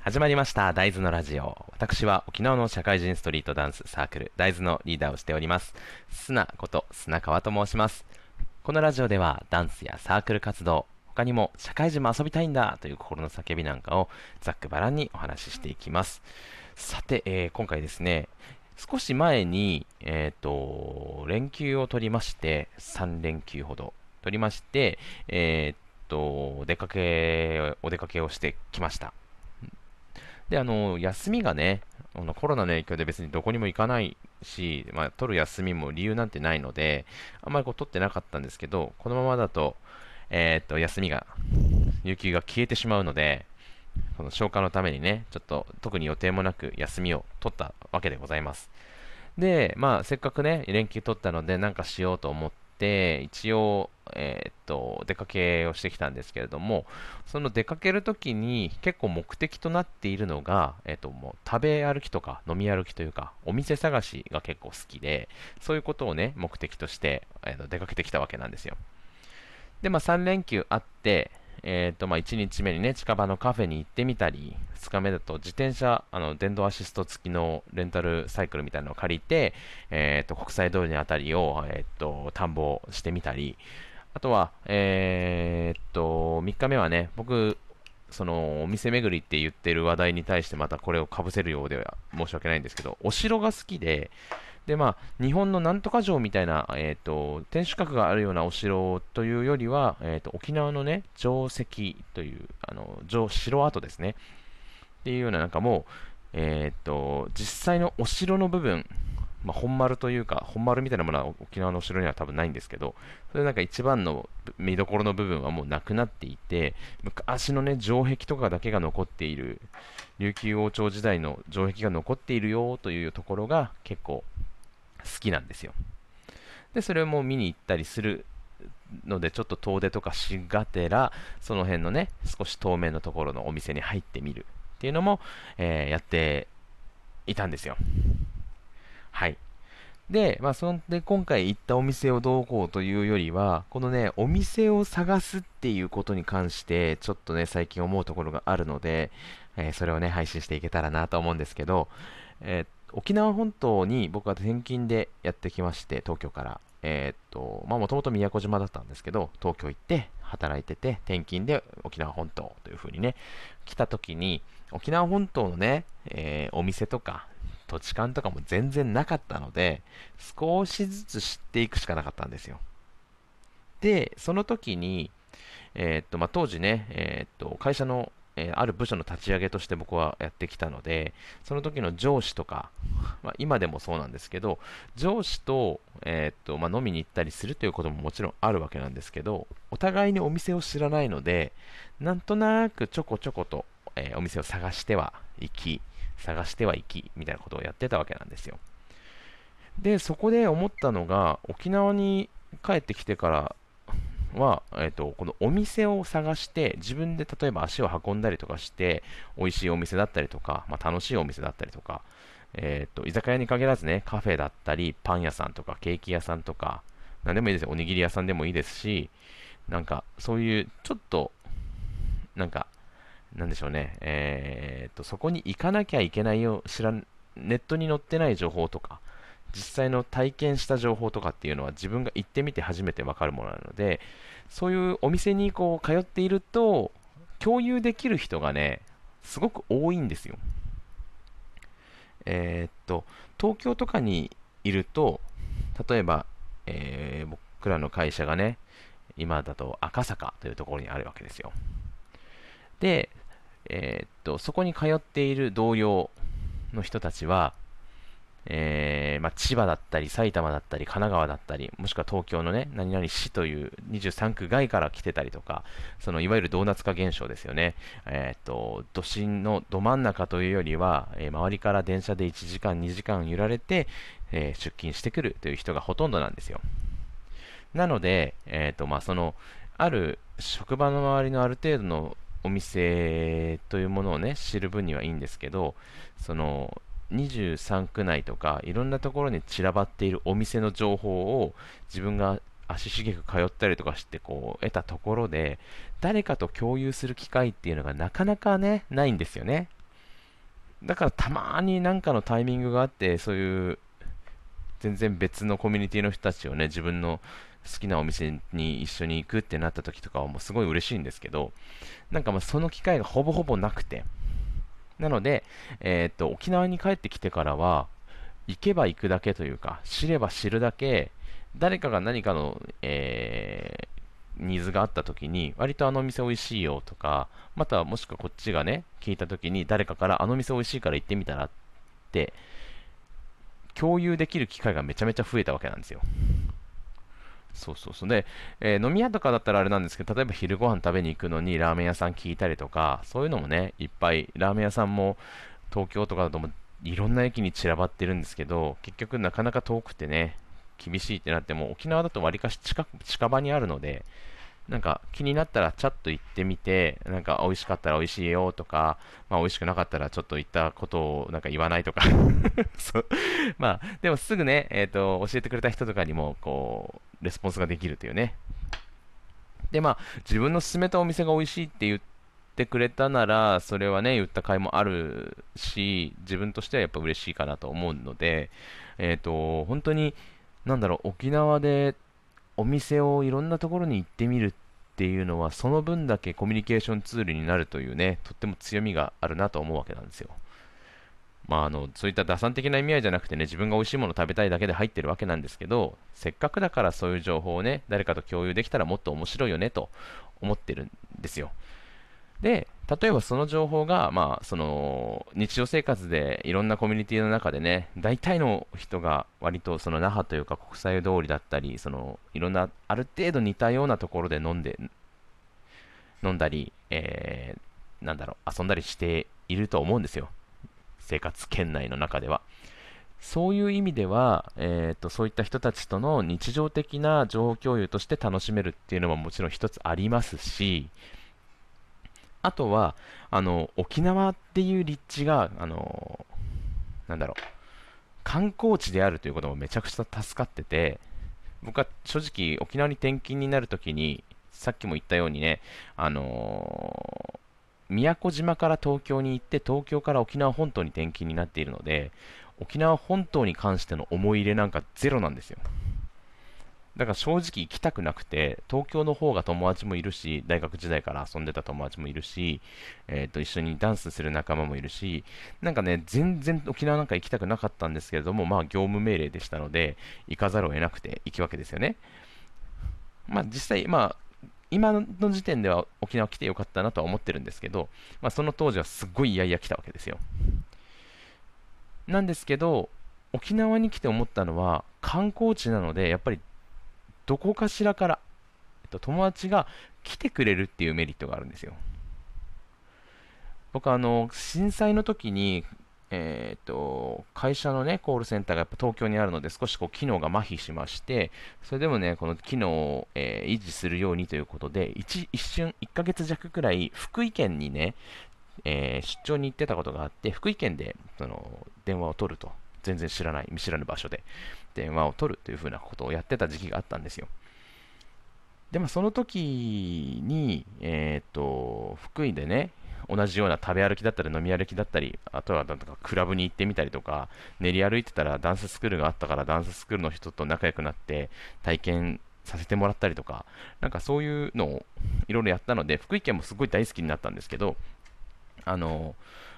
始まりました大豆のラジオ。私は沖縄の社会人ストリートダンスサークル大豆のリーダーをしております砂こと砂川と申します。このラジオではダンスやサークル活動、他にも社会人も遊びたいんだという心の叫びなんかをざっくばらんにお話ししていきます。さて、今回ですね、少し前に、連休を取りまして、3連休ほど取りまして、お出かけをしてきました。で、休みがね、コロナの影響で別にどこにも行かないし、まあ、取る休みも理由なんてないので、あんまり取ってなかったんですけど、このままだと、休みが、有給が消えてしまうので、この消化のためにね、ちょっと特に予定もなく休みを取ったわけでございます。で、まあ、せっかくね、連休取ったので、なんかしようと思って、一応、出かけをしてきたんですけれども、その出かけるときに結構目的となっているのが、もう食べ歩きとか飲み歩きというか、お店探しが結構好きで、そういうことをね、目的として、出かけてきたわけなんですよ。で、まあ、3連休あって、まあ、1日目にね、近場のカフェに行ってみたり、2日目だと自転車、電動アシスト付きのレンタルサイクルみたいなのを借りて、国際通りのあたりを、探訪してみたり、あとは、3日目はね、僕、そのお店巡りって言ってる話題に対してまたこれをかぶせるようでは申し訳ないんですけど、お城が好きで、で、まあ、日本のなんとか城みたいな、天守閣があるようなお城というよりは、沖縄のね、城跡という、城跡ですね。っていうような、なんかもう、実際のお城の部分、まあ、本丸というか、本丸みたいなものは沖縄のお城には多分ないんですけど、それなんか一番の見どころの部分はもうなくなっていて、昔のね、城壁とかだけが残っている、琉球王朝時代の城壁が残っているよというところが結構好きなんですよ。で、それをもう見に行ったりするので、ちょっと遠出とかしがてら、その辺のね、少し遠めのところのお店に入ってみるっていうのも、やっていたんですよ。はい。で、まあ、そんで今回行ったお店をどうこうというよりは、このね、お店を探すっていうことに関して、ちょっとね、最近思うところがあるので、それをね、配信していけたらなと思うんですけど、沖縄本島に僕は転勤でやってきまして、東京から。まあ、もともと宮古島だったんですけど、東京行って働いてて、転勤で沖縄本島という風にね、来た時に、沖縄本島のね、お店とか、土地勘とかも全然なかったので、少しずつ知っていくしかなかったんですよ。で、その時に、まあ、当時ね、会社の、ある部署の立ち上げとして僕はやってきたので、その時の上司とか、まあ、今でもそうなんですけど、上司と、まあ、飲みに行ったりするということももちろんあるわけなんですけど、お互いにお店を知らないので、なんとなくちょこちょこと、お店を探しては行き、みたいなことをやってたわけなんですよ。で、そこで思ったのが、沖縄に帰ってきてからは、このお店を探して、自分で例えば足を運んだりとかして、美味しいお店だったりとか、まあ、楽しいお店だったりとか、居酒屋に限らずね、カフェだったり、パン屋さんとか、ケーキ屋さんとか、なんでもいいですよ。おにぎり屋さんでもいいですし、なんか、そういう、ちょっと、なんか、なんでしょうね、そこに行かなきゃいけないよ、ネットに載ってない情報とか、実際の体験した情報とかっていうのは自分が行ってみて初めてわかるものなので、そういうお店にこう通っていると、共有できる人がね、すごく多いんですよ。えーっと、東京とかにいると、例えば、僕らの会社がね、今だと赤坂というところにあるわけですよ。で、そこに通っている同僚の人たちは、まあ、千葉だったり埼玉だったり神奈川だったりもしくは東京のね何々市という23区外から来てたりとか、そのいわゆるドーナツ化現象ですよね。都心のど真ん中というよりは、周りから電車で1時間2時間揺られて、出勤してくるという人がほとんどなんですよ。なので、まあ、ある職場の周りのある程度のお店というものをね、知る分にはいいんですけど、その、23区内とか、いろんなところに散らばっているお店の情報を自分が足しげく通ったりとかしてこう得たところで、誰かと共有する機会っていうのがなかなかね、ないんですよね。 だからたまになんかのタイミングがあって、そういう全然別のコミュニティの人たちをね、自分の好きなお店に一緒に行くってなった時とかはもうすごい嬉しいんですけど、なんかまあその機会がほぼほぼなくて、なので、沖縄に帰ってきてからは、行けば行くだけというか、知れば知るだけ、誰かが何かの、ニーズがあった時に、割とあの店美味しいよとか、またはもしくはこっちがね、聞いた時に誰かからあの店美味しいから行ってみたらって共有できる機会がめちゃめちゃ増えたわけなんですよ。そうそうそう。で、飲み屋とかだったらあれなんですけど、例えば昼ご飯食べに行くのにラーメン屋さん聞いたりとか、そういうのもね、いっぱい、ラーメン屋さんも東京とかだともいろんな駅に散らばってるんですけど、結局なかなか遠くてね、厳しいってなっても、沖縄だとわりかし近場にあるので、なんか気になったらチャッと行ってみて、なんか美味しかったら美味しいよとか、まあ美味しくなかったらちょっと言ったことをなんか言わないとかそう。まあでもすぐね、教えてくれた人とかにもこう、レスポンスができるというね。でまあ自分の勧めたお店が美味しいって言ってくれたなら、それはね、言った甲斐もあるし、自分としてはやっぱ嬉しいかなと思うので、本当に、なんだろう、沖縄でお店をいろんなところに行ってみるっていうのは、その分だけコミュニケーションツールになるというね、とっても強みがあるなと思うわけなんですよ。まあ、そういった打算的な意味合いじゃなくてね、自分が美味しいものを食べたいだけで入ってるわけなんですけど、せっかくだからそういう情報をね、誰かと共有できたらもっと面白いよねと思ってるんですよ。で、例えばその情報が、まあ、その日常生活でいろんなコミュニティの中でね、大体の人が割とその那覇というか国際通りだったり、そのいろんなある程度似たようなところで飲んだり、なんだろう、遊んだりしていると思うんですよ。生活圏内の中では。そういう意味では、そういった人たちとの日常的な情報共有として楽しめるっていうのももちろん一つありますし、あとは、沖縄っていう立地が、なんだろう、観光地であるということもめちゃくちゃ助かってて、僕は正直沖縄に転勤になるときに、さっきも言ったようにね、宮古島から東京に行って、東京から沖縄本島に転勤になっているので、沖縄本島に関しての思い入れなんかゼロなんですよ。だから正直行きたくなくて、東京の方が友達もいるし、大学時代から遊んでた友達もいるし、一緒にダンスする仲間もいるし、なんかね、全然沖縄なんか行きたくなかったんですけれども、まあ業務命令でしたので、行かざるを得なくて行くわけですよね。まあ実際、まあ、今の時点では沖縄来てよかったなとは思ってるんですけど、まあその当時はすっごい嫌々来たわけですよ。なんですけど、沖縄に来て思ったのは、観光地なので、やっぱりどこかしらから、友達が来てくれるっていうメリットがあるんですよ。僕は震災の時に、会社のね、コールセンターがやっぱ東京にあるので、少しこう機能が麻痺しまして、それでもね、この機能を、維持するようにということで、一瞬、1ヶ月弱くらい、福井県にね、出張に行ってたことがあって、福井県で電話を取ると、全然知らない、見知らぬ場所で電話を取るというふうなことをやってた時期があったんですよ。で、まあ、その時に、福井でね、同じような食べ歩きだったり飲み歩きだったり、あとはなんとかクラブに行ってみたりとか、練り歩いてたらダンススクールがあったからダンススクールの人と仲良くなって体験させてもらったりとか、なんかそういうのをいろいろやったので、福井県もすごい大好きになったんですけど、あの、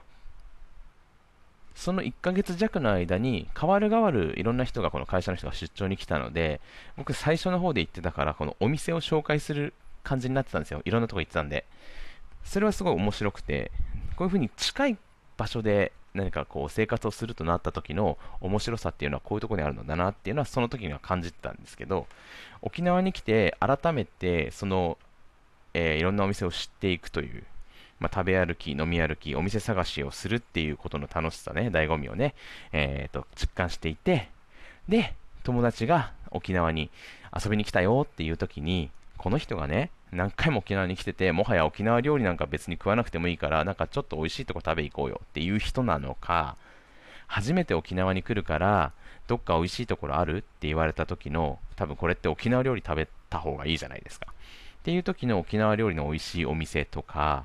その1ヶ月弱の間に、代わる代わるいろんな人が、この会社の人が出張に来たので、僕最初の方で行ってたから、このお店を紹介する感じになってたんですよ。いろんなとこ行ってたんで。それはすごい面白くて、こういう風に近い場所で何かこう生活をするとなった時の面白さっていうのはこういうところにあるのだなっていうのはその時には感じてたんですけど、沖縄に来て改めていろんなお店を知っていくという、まあ、食べ歩き、飲み歩き、お店探しをするっていうことの楽しさね、醍醐味をね、実感していて、で、友達が沖縄に遊びに来たよっていう時に、この人がね、何回も沖縄に来てて、もはや沖縄料理なんか別に食わなくてもいいから、なんかちょっと美味しいとこ食べ行こうよっていう人なのか、初めて沖縄に来るから、どっか美味しいところあるって言われた時の、多分これって沖縄料理食べた方がいいじゃないですか。っていう時の沖縄料理の美味しいお店とか、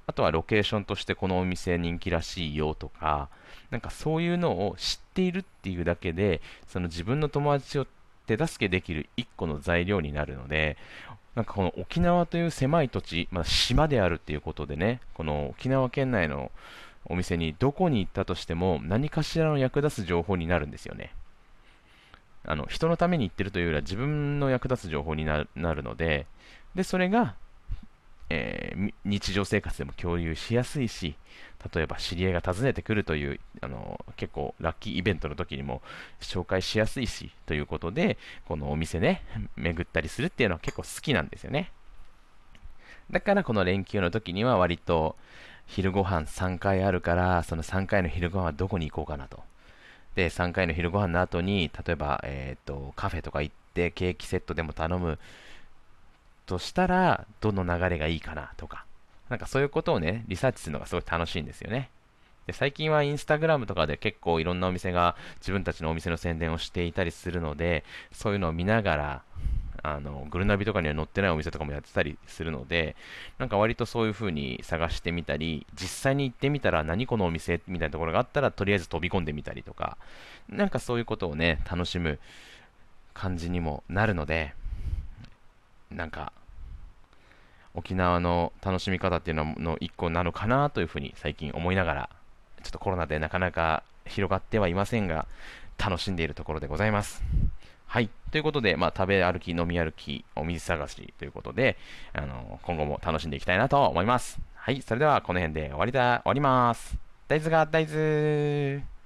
あとはロケーションとしてこのお店人気らしいよとか、なんかそういうのを知っているっていうだけで、その自分の友達を手助けできる一個の材料になるので、なんかこの沖縄という狭い土地、まあ、島であるっていうことでね、この沖縄県内のお店にどこに行ったとしても何かしらの役立つ情報になるんですよね。人のために言ってるというよりは自分の役立つ情報になるので、で、それが、日常生活でも共有しやすいし、例えば知り合いが訪ねてくるという、結構ラッキーイベントの時にも紹介しやすいし、ということで、このお店ね、巡ったりするっていうのは結構好きなんですよね。だからこの連休の時には割と昼ご飯3回あるから、その3回の昼ご飯はどこに行こうかなと。で、3回の昼ご飯の後に、例えば、カフェとか行ってケーキセットでも頼むとしたら、どの流れがいいかなとか、なんかそういうことをね、リサーチするのがすごい楽しいんですよね。で、最近はインスタグラムとかで結構いろんなお店が自分たちのお店の宣伝をしていたりするので、そういうのを見ながら、グルナビとかには載ってないお店とかもやってたりするので、なんか割とそういう風に探してみたり、実際に行ってみたら何このお店みたいなところがあったら、とりあえず飛び込んでみたりとか、なんかそういうことをね、楽しむ感じにもなるので、なんか沖縄の楽しみ方っていうの一個なのかなというふうに最近思いながら、ちょっとコロナでなかなか広がってはいませんが、楽しんでいるところでございます。はい。ということで、まあ、食べ歩き、飲み歩き、お水探しということで、今後も楽しんでいきたいなと思います。はい。それでは、この辺で終わります。大豆が大豆。